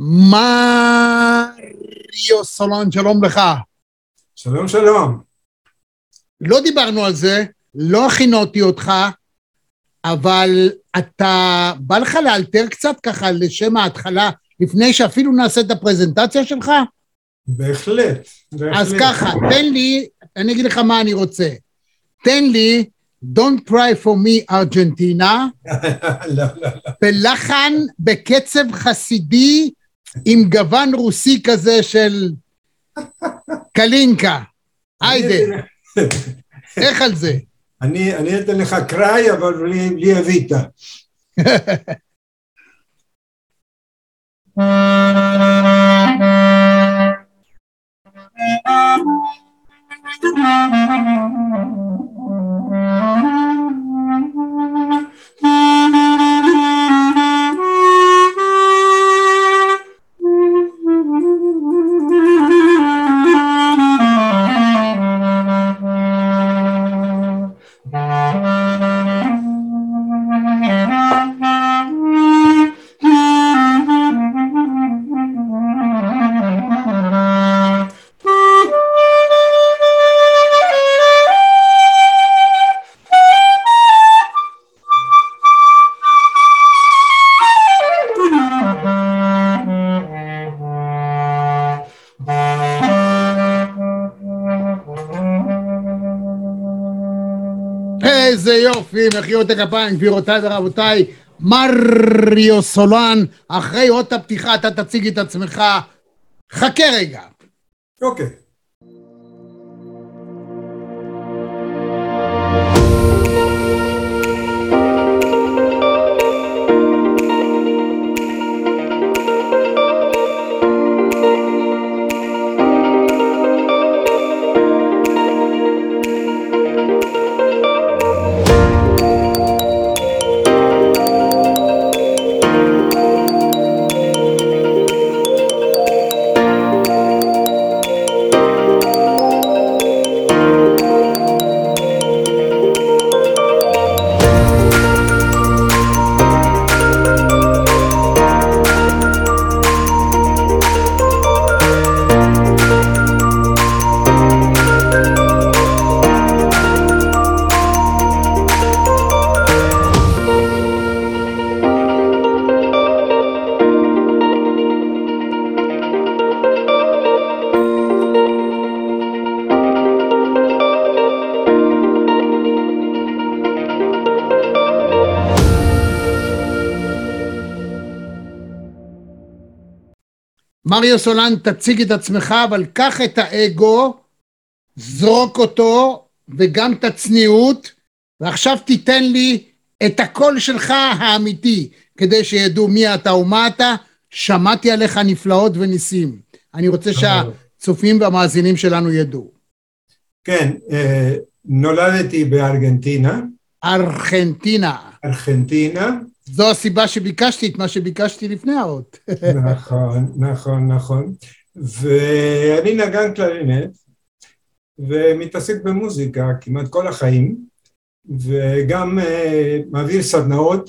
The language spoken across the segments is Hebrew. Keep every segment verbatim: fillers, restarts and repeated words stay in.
מריו סולן, שלום לך. שלום שלום. לא דיברנו על זה, לא הכינותי אותך, אבל אתה בא לך לאלתר קצת ככה לשם ההתחלה, לפני שאפילו נעשה את הפרזנטציה שלך? בהחלט, בהחלט. אז ככה, תן לי, אני אגיד לך מה אני רוצה. תן לי, Don't cry for me ארגנטינה, לא, לא, לא. בלחן, בקצב חסידי, עם גוון רוסי כזה של קלינקה. היידה, איך על זה? אני, אני אתן לך קראי, אבל בלי, בלי אביטה. איזה יופי, מחיאות הכפיים, גבירותיי ורבותיי, מריו סולן, אחרי אות הפתיחה אתה תציג את עצמך, חכה רגע. אוקיי. מריו סולן, תציג את עצמך, אבל קח את האגו, זרוק אותו, וגם את הצניעות, ועכשיו תיתן לי את הקול שלך האמיתי, כדי שידעו מי אתה ומה אתה. שמעתי עליך נפלאות וניסים. אני רוצה שהצופים והמאזינים שלנו ידעו. כן, נולדתי בארגנטינה. ארגנטינה. ארגנטינה. זו הסיבה שביקשתי את מה שביקשתי לפני האות. נכון, נכון, נכון. ואני נגן קלרינט, ומתעסק במוזיקה כמעט כל החיים, וגם uh, מעביר סדנאות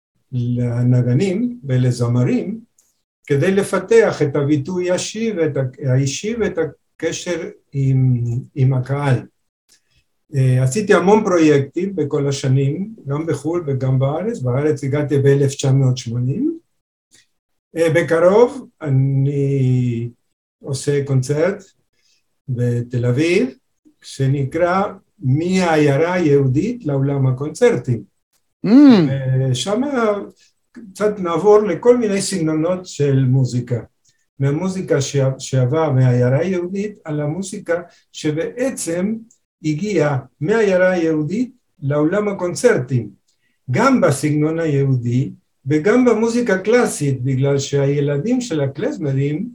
לנגנים ולזמרים, כדי לפתח את הביטוי האישי ואת, האישי ואת הקשר עם, עם הקהל. Uh, עשיתי המון פרויקטים בכל השנים, גם בחו"ל וגם בארץ. בארץ הגעתי ב-אלף תשע מאות שמונים. Uh, בקרוב אני עושה קונצרט בתל אביב, שנקרא מהעיירה היהודית לעולם הקונצרטים. Mm. ושם קצת נעבור לכל מיני סגנונות של מוזיקה. מהמוזיקה שעבר מהעיירה היהודית על המוזיקה שבעצם הגיעה מהעיירה היהודית לעולם הקונצרטים, גם בסגנון היהודי וגם במוזיקה קלאסית, בגלל שהילדים של הקלזמרים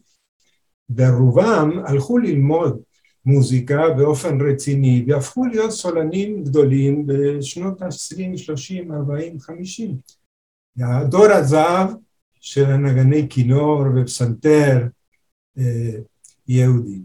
ברובם הלכו ללמוד מוזיקה באופן רציני, והפכו להיות סולנים גדולים בשנות ה-עשרים, שלושים, ארבעים, חמישים. הדור הזהב של הנגני כינור ופסנתר אה, יהודים.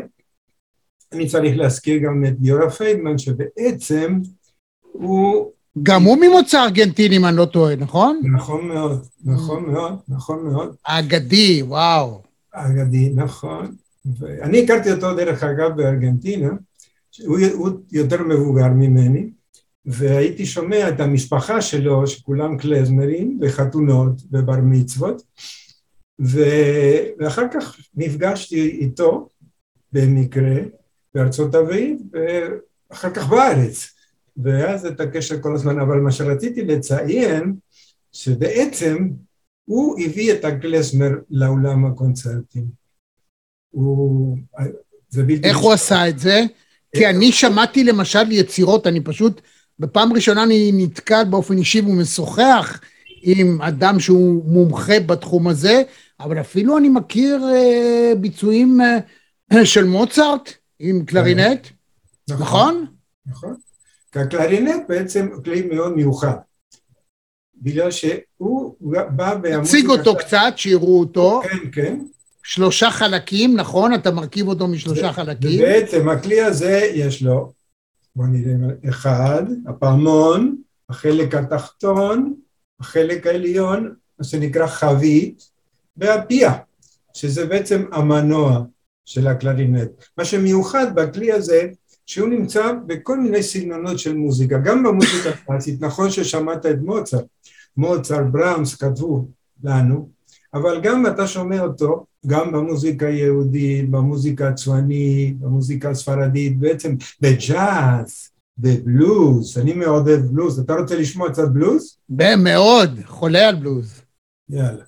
ואני צריך להזכיר גם את גיורא פיידמן, שבעצם הוא גם הוא ממוצא ארגנטיני, אם אני לא טועה, נכון? נכון מאוד, נכון מאוד, נכון מאוד. אגדי, וואו. אגדי, נכון. ואני הכרתי אותו דרך אגב בארגנטינה, הוא, הוא יותר מבוגר ממני, והייתי שומע את המשפחה שלו, שכולם קלזמרים, בחתונות, בבר מצוות, ו... ואחר כך נפגשתי איתו במקרה בארצות הברית, ואחר כך בארץ, ואז את הקשר כל הזמן, אבל מה שרציתי לציין, שבעצם הוא הביא את הקלזמר לעולם הקונצרטים. הוא... זה בלתי איך הוא עשה את זה? כי אני שמעתי למשל יצירות, אני פשוט, בפעם ראשונה אני נתקל באופן אישי ומשוחח עם אדם שהוא מומחה בתחום הזה, אבל אפילו אני מכיר אה, ביצועים אה, של מוצרט עם קלרינט, נכון? נכון. נכון. כי הקלרינט בעצם כלי מאוד מיוחד, בגלל שהוא בא בהמון... תציג אותו קצת, שיראו אותו. כן, כן. שלושה חלקים, נכון? אתה מרכיב אותו משלושה חלקים. ובעצם הכלי הזה יש לו, בוא נראה, אחד, הפעמון, החלק התחתון, החלק העליון, מה שנקרא חבית, והפיה, שזה בעצם המנוע של הקלרינט. מה שמיוחד בכלי הזה, שהוא נמצא בכל מיני סגנונות של מוזיקה, גם במוזיקה הקלאסית, נכון ששמעת את מוצרט, מוצרט, ברמס כתבו לנו, אבל גם אתה שומע אותו, גם במוזיקה היהודית, במוזיקה הצוענית, במוזיקה הספרדית, בעצם בג'אז, בבלוז, אני מאוד אוהב בלוז, אתה רוצה לשמוע קצת בלוז? מאוד, חולה על בלוז. יאללה.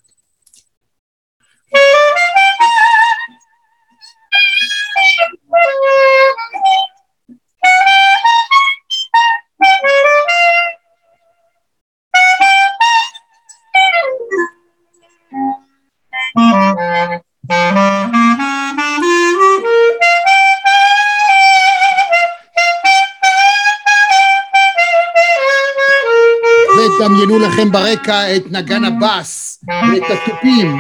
ודמיינו לכם ברקע את נגן הבאס ואת התופים.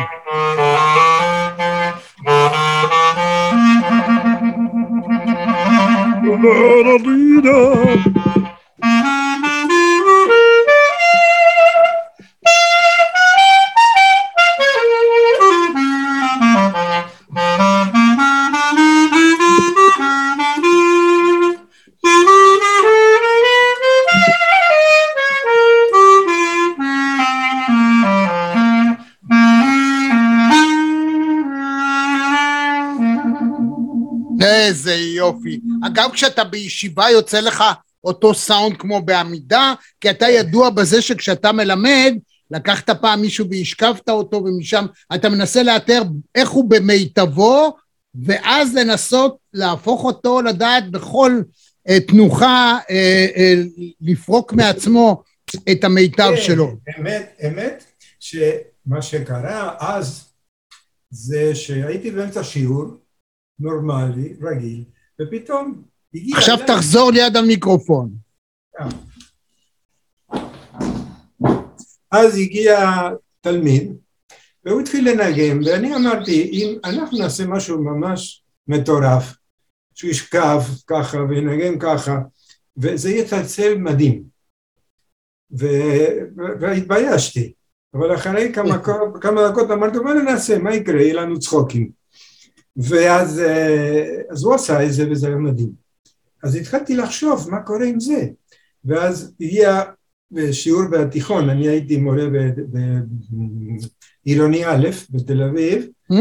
איזה יופי. אגב, כשאתה בישיבה יוצא לך אותו סאונד כמו בעמידה, כי אתה ידוע בזה שכשאתה מלמד, לקחת פעם מישהו והשכבת אותו, ומשם אתה מנסה לאתר איך הוא במיטבו, ואז לנסות להפוך אותו, לדעת בכל uh, תנוחה uh, uh, לפרוק מעצמו את המיטב שלו. אמת, אמת, שמה שקרה אז, זה שהייתי באמצע שיעור, נורמלי, רגיל, ופתאום הגיע... עכשיו אליי... תחזור ליד המיקרופון. אז הגיע תלמיד, והוא התחיל לנגן, ואני אמרתי, אם אנחנו נעשה משהו ממש מטורף, שהוא ישכב ככה וינגן ככה, וזה יצלצל מדהים. ו... והתביישתי, אבל אחרי כמה, כמה דקות אמרתי, מה נעשה, מה יקרה, יהיה לנו צחוקים. ואז אז הוא עשה את זה וזה היה מדהים. אז התחלתי לחשוב מה קורה עם זה. ואז הגיע שיעור בתיכון, אני הייתי מורה בעירוני א' בתל אביב, mm.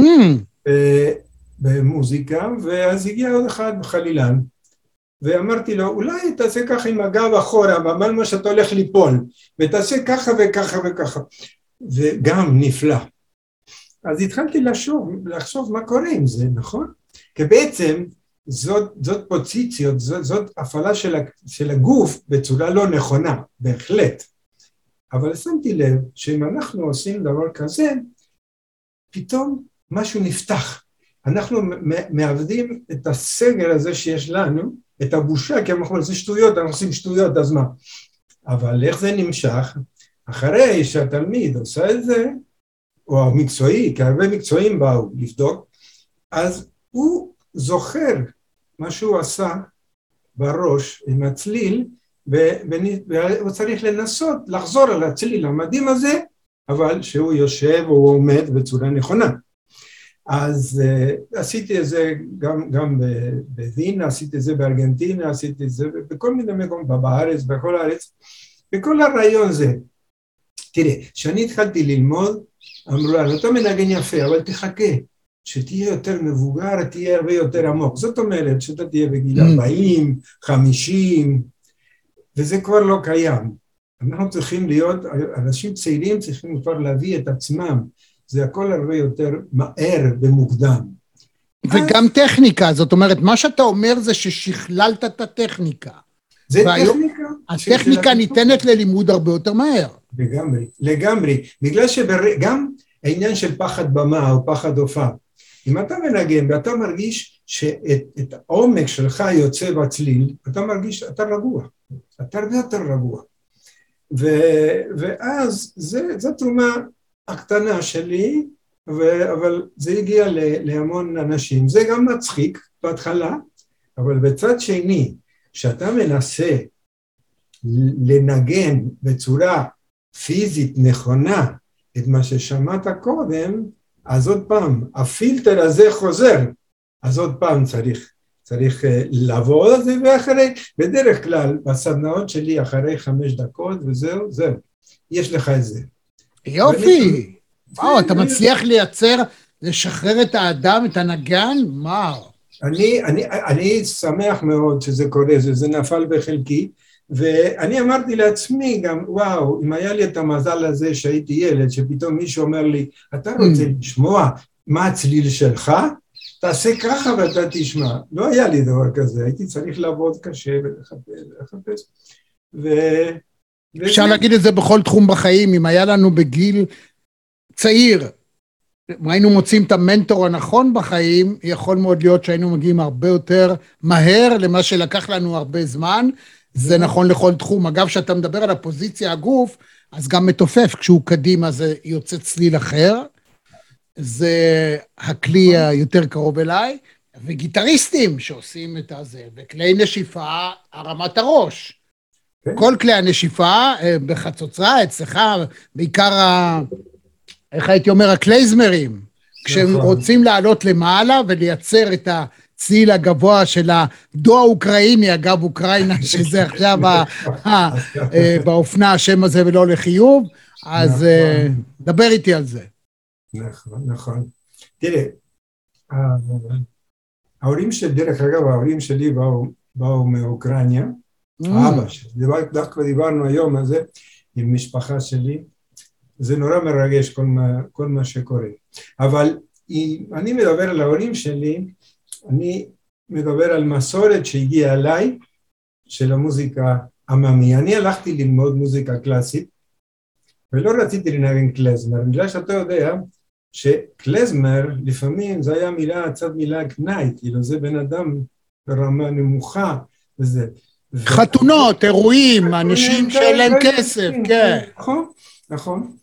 במוזיקה, ואז הגיע עוד אחד חלילן, ואמרתי לו, אולי תעשה ככה עם הגב אחורה, ממש מה שאתה הולך ליפול, ותעשה ככה וככה וככה, וגם נפלא. אז התחלתי לחשוב, לחשוב מה קורה עם זה, נכון? כי בעצם זאת, זאת פוזיציות, זאת, זאת הפעלה של, של הגוף בצורה לא נכונה, בהחלט. אבל שמתי לב שאם אנחנו עושים דבר כזה, פתאום משהו נפתח. אנחנו מעבדים את הסגר הזה שיש לנו, את הבושה, כי אנחנו עושים שטויות, אנחנו עושים שטויות, אז מה? אבל איך זה נמשך? אחרי שהתלמיד עושה את זה, או המקצועי, כי הרבה מקצועים באו לבדוק, אז הוא זוכר מה שהוא עשה בראש עם הצליל, והוא צריך לנסות לחזור על הצליל המדהים הזה, אבל שהוא יושב או עומד בצורה נכונה. אז uh, עשיתי את זה גם, גם בווינה, עשיתי את זה בארגנטינה, עשיתי את זה בכל מיני מקומות, בארץ, בכל הארץ, וכל הרעיון זה, תראה, כשאני התחלתי ללמוד, אמרו לה, אתה מנגן יפה, אבל תחכה, שתהיה יותר מבוגר, תהיה הרבה יותר עמוק, זאת אומרת, שאתה תהיה בגיל ארבעים, חמישים, וזה כבר לא קיים. אנחנו צריכים להיות, אנשים צעירים צריכים כבר להביא את עצמם, זה הכל הרבה יותר מהר ומוקדם. וגם טכניקה, זאת אומרת, מה שאתה אומר זה ששכללת את הטכניקה. זה טכניקה. הטכניקה ניתנת ללימוד הרבה יותר מהר. לגמרי, לגמרי, בגלל שגם העניין של פחד במה או פחד הופעה, אם אתה מנגן ואתה מרגיש שאת העומק שלך יוצא בצליל, אתה מרגיש, אתה רגוע, אתה הרבה יותר רגוע. ואז זו תרומה הקטנה שלי, אבל זה הגיע להמון אנשים. זה גם מצחיק בהתחלה, אבל בצד שני, כשאתה מנסה לנגן בצורה פיזית נכונה את מה ששמעת קודם, אז עוד פעם, הפילטר הזה חוזר, אז עוד פעם צריך, צריך לעבוד על זה, ואחרי, בדרך כלל, בסדנאות שלי, אחרי חמש דקות, וזהו, זהו, יש לך את זה. יופי, וואו, אתה מצליח לייצר, לשחרר את האדם, את הנגן, מה? אני, אני, אני שמח מאוד שזה קורה, זה, זה נפל בחלקי, ואני אמרתי לעצמי גם, וואו, אם היה לי את המזל הזה שהייתי ילד, שפתאום מישהו אומר לי, אתה רוצה לשמוע מה הצליל שלך? תעשה ככה ואתה תשמע. לא היה לי דבר כזה, הייתי צריך לעבוד קשה ולחפש, ולחפש. ו... אפשר להגיד את זה בכל תחום בחיים, אם היה לנו בגיל צעיר, אם היינו מוצאים את המנטור הנכון בחיים, יכול מאוד להיות שהיינו מגיעים הרבה יותר מהר למה שלקח לנו הרבה זמן, זה נכון לכל תחום. אגב, שאתה מדבר על הפוזיציה הגוף, אז גם מתופף, כשהוא קדימה זה יוצא צליל אחר, זה הכלי היותר קרוב אליי, וגיטריסטים שעושים את הזה, וכלי נשיפה, הרמת הראש. כל כלי הנשיפה בחצוצרה, אצלך, בעיקר, ה... איך הייתי אומר, הקלייזמרים, כשהם רוצים לעלות למעלה ולייצר את הצליל הגבוה של הדו האוקראיני, אגב אוקראינה, שזה עכשיו באופנה השם הזה ולא לחיוב, אז דבר איתי על זה. נכון, נכון. תראה, ההורים שלי, דרך אגב, ההורים שלי באו, באו מאוקראינה, האבא שלי, דווקא דיברנו היום על זה עם משפחה שלי, זה נורא מרגש כל מה, כל מה שקורה. אבל אם אני מדבר על ההורים שלי, אני מדבר על מסורת שהגיעה אליי, של המוזיקה עממי. אני הלכתי ללמוד מוזיקה קלאסית, ולא רציתי לנגן קלזמר, בגלל שאתה יודע שקלזמר לפעמים זה היה מילה, צד מילה קנאי, כאילו זה בן אדם ברמה נמוכה וזה. חתונות, אירועים, אנשים שאין להם כסף, כן. נכון, נכון.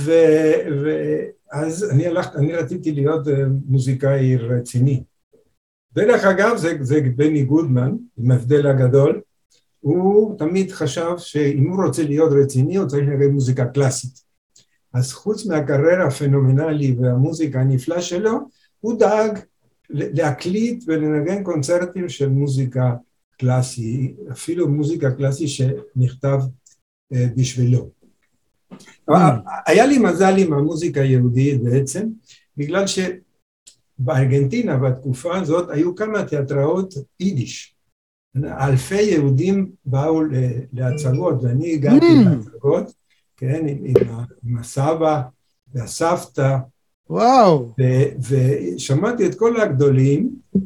ואז אני הלכתי, אני רציתי להיות מוזיקאי רציני. דרך אגב, זה בני גודמן, עם ההבדל הגדול, הוא תמיד חשב שאם הוא רוצה להיות רציני, הוא צריך לנגן מוזיקה קלאסית. אז חוץ מהקריירה הפנומנלי והמוזיקה הנפלאה שלו, הוא דאג להקליט ולנגן קונצרטים של מוזיקה קלאסי, אפילו מוזיקה קלאסי שנכתב בשבילו. היה לי מזל עם המוזיקה היהודית בעצם, בגלל שבארגנטינה בתקופה הזאת היו כמה תיאטראות יידיש. אלפי יהודים באו להצגות, ואני הגעתי להצגות, כן, עם, עם, עם הסבא והסבתא. וואו. ו, ושמעתי את כל הגדולים,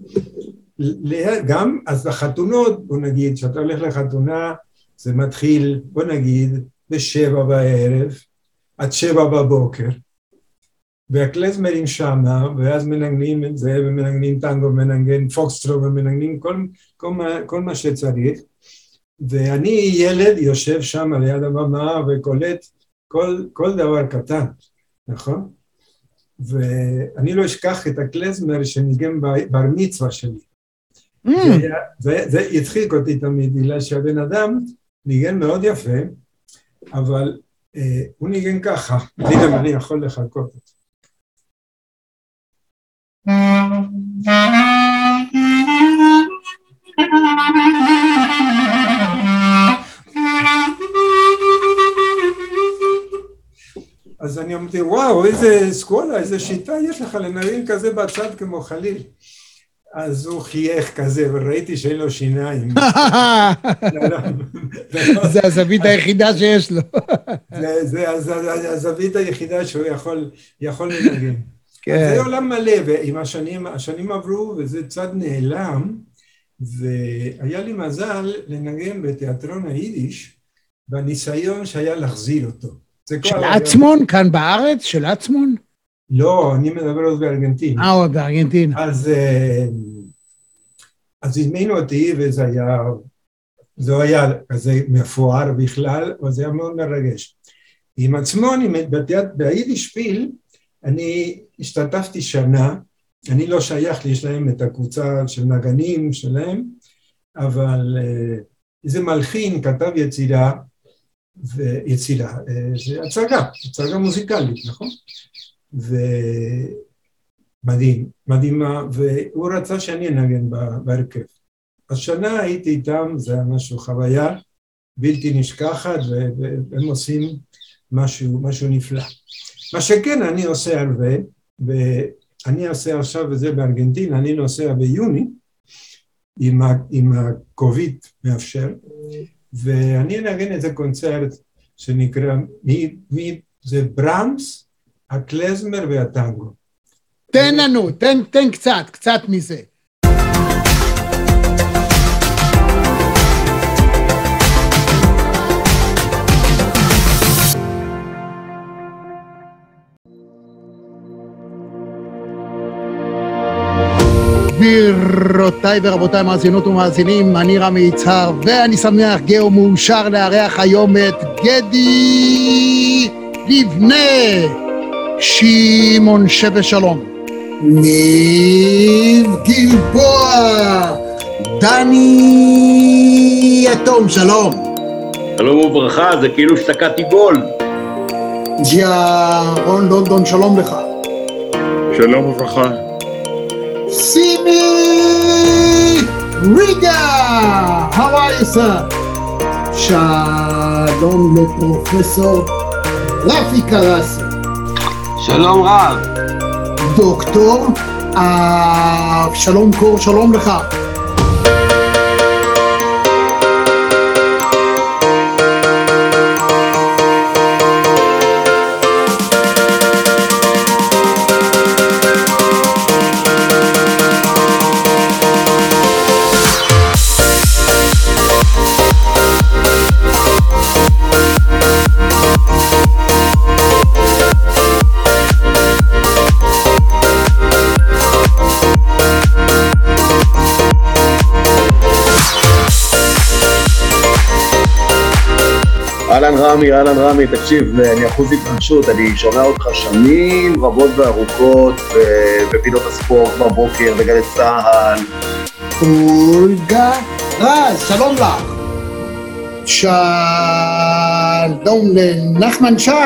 גם, אז החתונות, בוא נגיד, שאתה הולך לחתונה, זה מתחיל, בוא נגיד, בשבע בערב, עד שבע בבוקר, והקלזמרים שמה, ואז מנגנים את זה, ומנגנים טנגו, ומנגנים פוקסטרו, ומנגנים כל, כל, מה, כל מה שצריך, ואני ילד יושב שם ליד הבמה, וקולט כל, כל דבר קטן, נכון? ואני לא אשכח את הקלזמר שניגן בר מצווה שלי. Mm. זה, זה, זה הצחיק אותי תמיד, בגלל שהבן אדם ניגן מאוד יפה, אבל אה, הוא ניגן ככה, הנה אני יכול לחכות. אז אני אמרתי, וואו, איזה סקולה, איזה שיטה יש לך לנגן כזה בצד כמו חליל. אז הוא חייך כזה, וראיתי שאין לו שיניים. זה הזווית היחידה שיש לו. זה הזווית היחידה שהוא יכול לנגן. זה עולם מלא, ועם השנים, השנים עברו, וזה צד נעלם, והיה לי מזל לנגן בתיאטרון היידיש, בניסיון שהיה להחזיר אותו. של עצמון, כאן בארץ? של עצמון? לא, אני מדבר עוד בארגנטינה. אה, עוד בארגנטינה. אז, אז הזמינו אותי, וזה היה, זה היה כזה מפואר בכלל, אבל זה היה מאוד מרגש. עם עצמון, בהיידיש פיל, אני השתתפתי שנה, אני לא שייך, יש להם את הקבוצה של נגנים שלהם, אבל איזה מלחין כתב יצירה, ויצירה, זה הצגה, הצגה מוזיקלית, נכון? ומדהים, מדהימה, והוא רצה שאני אנגן בהרכב. השנה הייתי איתם, זה היה משהו חוויה בלתי נשכחת, והם עושים משהו, משהו נפלא. מה שכן אני עושה הרבה, ואני אעשה עכשיו וזה בארגנטינה, אני נוסע ביוני, עם הקוביד מאפשר, ואני אנגן איזה קונצרט שנקרא, מי, מי, זה ברמס, הקלזמר והטנגו. תן לנו, תן, תן קצת, קצת מזה. גבירותיי ורבותיי מאזינות ומאזינים, אני רמי יצהר, ואני שמח גאה ומאושר לארח היום את גדי לבנה, שמעון שווה שלום, ניב גלבוע, דני יתום שלום. שלום וברכה, זה כאילו שתקעתי גול. ג'ירון לונדון שלום לך. שלום וברכה. Simi Riga, how are you, sir? שלום לפרופסור רפי קרסי. שלום רב. דוקטור שלום קור, שלום לך. אהלן רמי, אהלן רמי, תקשיב, אני אחוז התרגשות, אני שומע אותך שנים רבות וארוכות בפינות הספורט בבוקר, בגלי צהל. אולגה רז, שלום לך. שלום לנחמן שי.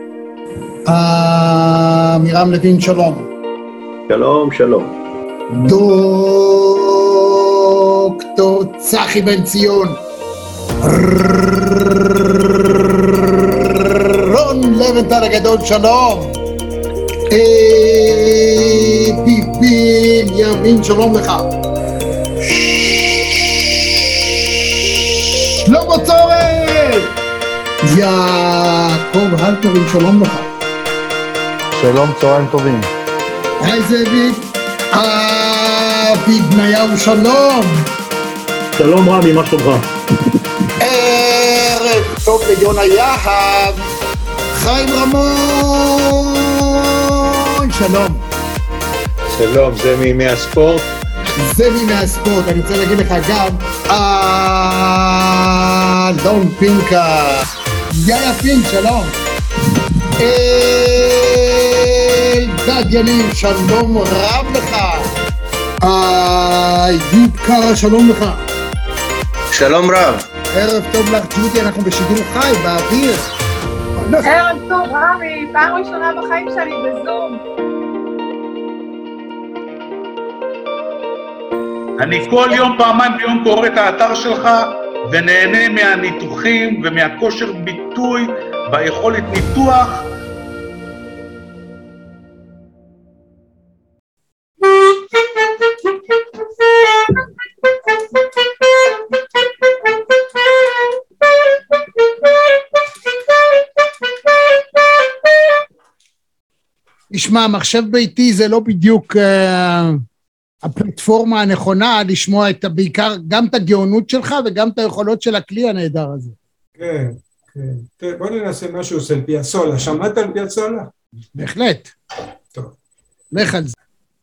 מירם לוין, שלום. שלום, שלום. דוקטור צחי בן ציון. רון לבנטל הגדול, שלום. ביבי ימין, שלום לך. שלמה צורף. יעקב הלפרין, שלום לך. שלום, צהריים טובים. היי זאביק. אבי בניהו, שלום. שלום רמי, מה שלומך? ערב טוב ליונה יהב. חיים רמון, שלום. שלום, זה מימי הספורט? זה מימי הספורט, אני רוצה להגיד לך גם אלון פינקה. יאיה פינק, שלום. אלדד יניב, שלום רב לך. איוב קרא, שלום לך. שלום רב. ערב טוב לך ג'ודי, אנחנו בשידור חי, באוויר. ערב טוב רמי, פעם ראשונה בחיים שלי בזום. אני כל יום, פעמיים ביום קורא את האתר שלך ונהנה מהניתוחים ומהכושר ביטוי ביכולת ניתוח. תשמע, מחשב ביתי זה לא בדיוק uh, הפלטפורמה הנכונה לשמוע את, בעיקר גם את הגאונות שלך וגם את היכולות של הכלי הנהדר הזה. כן, כן. טוב, בוא ננסה משהו של פיאצולה. שמעת על פיאצולה? בהחלט. טוב. לך על זה.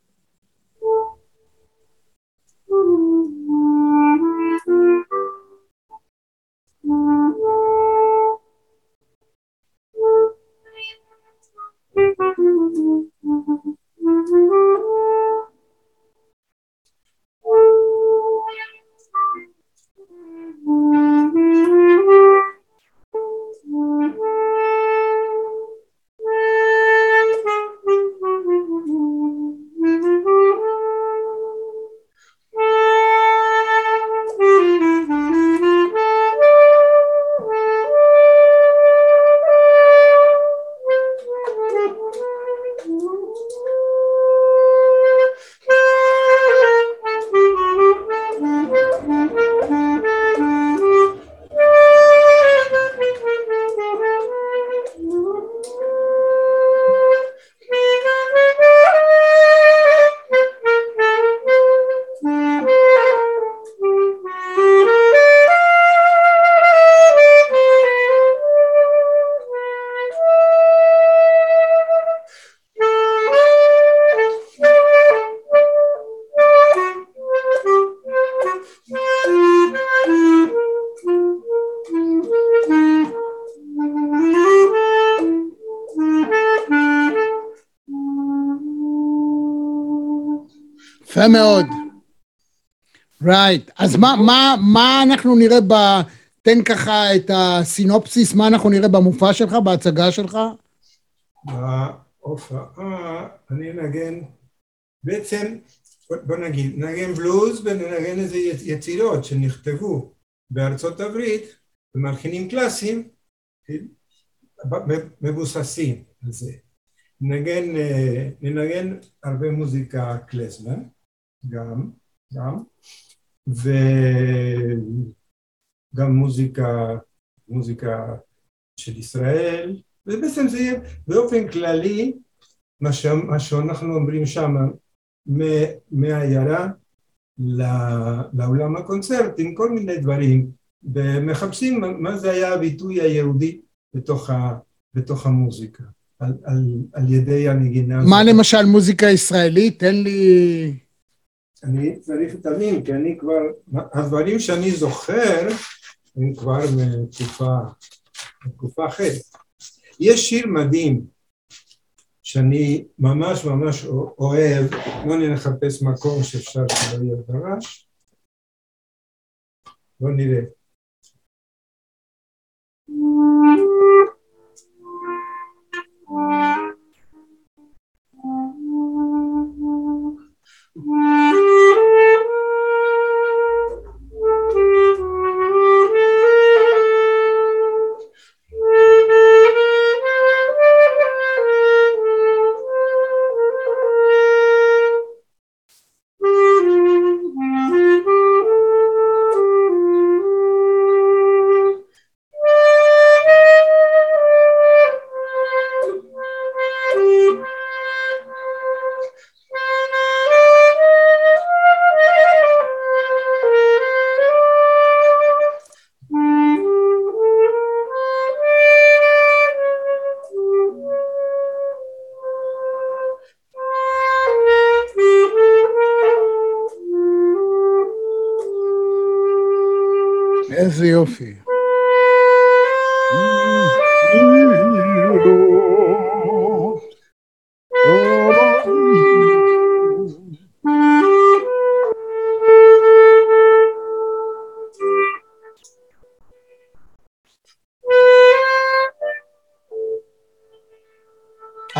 יפה מאוד. Right. אז מה, מה, מה אנחנו נראה ב... תן ככה את הסינופסיס, מה אנחנו נראה במופע שלך, בהצגה שלך? בהופעה אני נגן, בעצם, בוא נגיד, נגן בלוז ונגן איזה יצירות שנכתבו בארצות הברית, במלחינים קלאסיים, מבוססים על זה. נגן, ננגן הרבה מוזיקה קלזמר, גם, גם, וגם מוזיקה, מוזיקה של ישראל, ובעצם זה יהיה באופן כללי, מה, ש, מה שאנחנו אומרים שם, מהעיירה לעולם הקונצרטים, כל מיני דברים, ומחפשים מה זה היה הביטוי היהודי בתוך, ה, בתוך המוזיקה, על, על, על ידי הנגינה. מה הזאת. למשל מוזיקה ישראלית? תן לי... אני צריך תמיד, כי אני כבר, הדברים שאני זוכר, הם כבר מתקופה, מתקופה אחרת. יש שיר מדהים, שאני ממש ממש אוהב, בוא נחפש מקום שאפשר שלא יהיה דרש. בוא נראה. איזה יופי.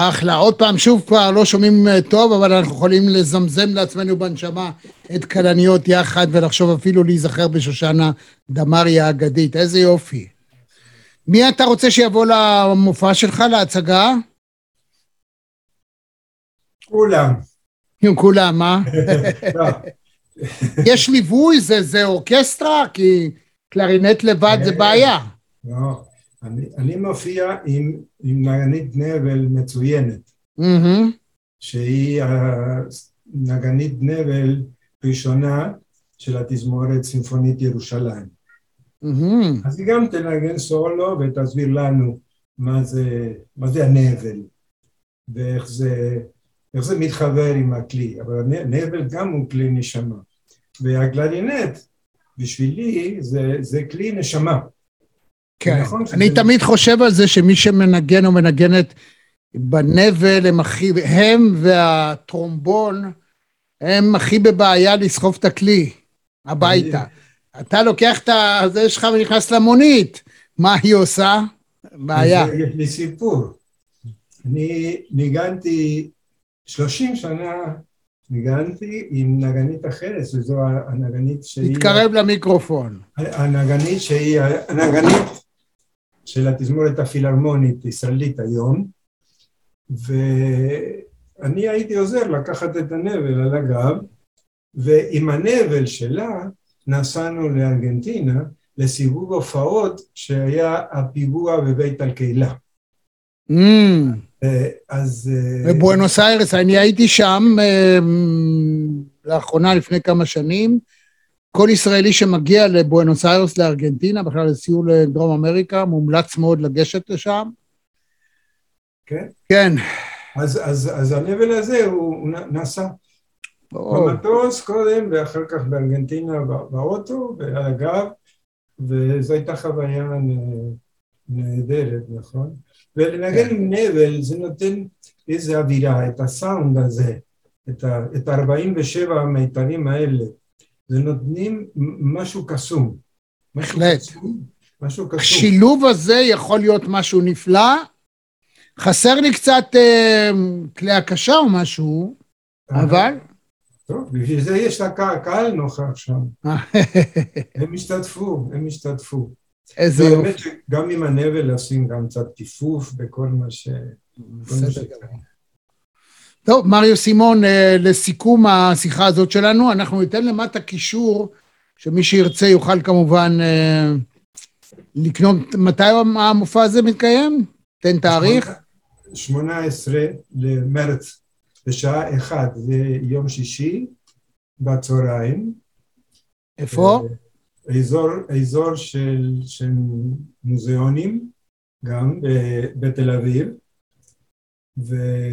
אחלה. עוד פעם, שוב כבר לא שומעים טוב, אבל אנחנו יכולים לזמזם לעצמנו בנשמה את כלניות יחד, ולחשוב אפילו להיזכר בשושנה דמארי האגדית. איזה יופי. מי אתה רוצה שיבוא למופע שלך, להצגה? כולם. כולם, מה? יש ליווי, זה, זה אורקסטרה, כי קלרינט לבד זה בעיה. לא, אני, אני מופיע עם, עם נגנית נבל מצוינת, Mm-hmm. שהיא נגנית נבל ראשונה של התזמורת סימפונית ירושלים. Mm-hmm. אז היא גם תנגן סולו ותסביר לנו מה זה, מה זה הנבל, ואיך זה, איך זה מתחבר עם הכלי, אבל הנבל גם הוא כלי נשמה, והקלרינט בשבילי זה, זה כלי נשמה. כן, נכון אני שזה... תמיד חושב על זה שמי שמנגן או מנגנת בנבל הם הכי, הם והטרומבון הם הכי בבעיה לסחוב את הכלי הביתה. אתה לוקח את זה שלך ונכנס למונית, מה היא עושה? בעיה. יש לי סיפור. אני ניגנתי שלושים שנה, ניגנתי עם נגנית אחרת, שזו הנגנית שהיא... תתקרב למיקרופון. הנגנית שהיא הנגנית של התזמורת הפילהרמונית ישראלית היום, ואני הייתי עוזר לקחת את הנבל על הגב, ועם הנבל שלה נסענו לארגנטינה לסיבוב הופעות שהיה הפיגוע בבית הקהילה. Mm. אז... בבואנוס איירס, אני הייתי שם לאחרונה לפני כמה שנים, כל ישראלי שמגיע לבואנוס איירס לארגנטינה, בכלל לסיור לדרום אמריקה, מומלץ מאוד לגשת לשם. כן? כן. אז, אז, אז הנבל הזה הוא נסע במטוס קודם, ואחר כך בארגנטינה באוטו, ועל הגב, וזו הייתה חוויה נהדרת, נכון? ולנגן עם נבל זה נותן איזו אווירה, את הסאונד הזה, את, ה, את ארבעים ושבע המיתרים האלה, זה נותנים משהו קסום. בהחלט. משהו קסום. השילוב הזה יכול להיות משהו נפלא, חסר לי קצת אה, כלי הקשה או משהו, אבל... טוב, בשביל זה יש לה קהל נוכח שם. הם השתתפו, הם השתתפו. איזה יופי. באמת שגם עם הנבל עושים גם קצת טיפוף בכל מה ש... טוב, מריו סימון, לסיכום השיחה הזאת שלנו, אנחנו ניתן למטה קישור, שמי שירצה יוכל כמובן לקנות, מתי המופע הזה מתקיים? תן תאריך. שמונה עשרה למרץ, בשעה אחת, זה יום שישי, בצהריים. איפה? אזור, אזור של, של מוזיאונים, גם בתל אביב, ו...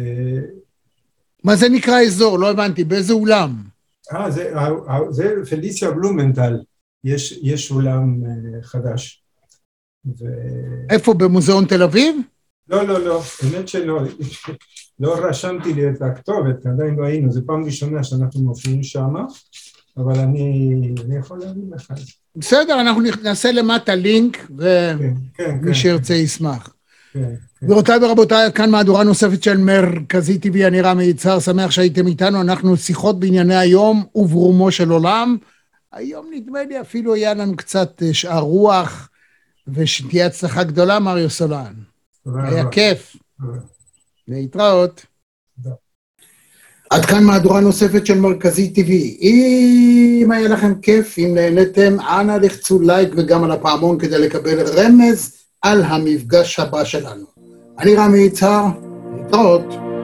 מה זה נקרא אזור? לא הבנתי, באיזה אולם? אה, זה, זה פליציה בלומנטל, יש, יש אולם חדש. ו... איפה, במוזיאון תל אביב? לא, לא, לא, באמת שלא, לא רשמתי לי את הכתובת, עדיין לא היינו, זו פעם ראשונה שאנחנו מופיעים שם, אבל אני, אני יכול להגיד לך. בסדר, אנחנו נעשה למטה לינק, ומי כן, כן, שירצה כן. ישמח. כן, כן. גבירותיי ורבותיי, כאן מהדורה נוספת של מרכזי טבעי, אני רמי יצהר, שמח שהייתם איתנו, אנחנו שיחות בענייני היום וברומו של עולם. היום נדמה לי אפילו היה לנו קצת שאר רוח, ושתהיה הצלחה גדולה, מריו סולן. היה רבה. כיף. רבה. להתראות. תודה. עד כאן מהדורה נוספת של מרכזי טבעי. אם היה לכם כיף, אם נהנתם, אנא לחצו לייק וגם על הפעמון כדי לקבל רמז על המפגש הבא שלנו. אני רמי יצהר, להתראות.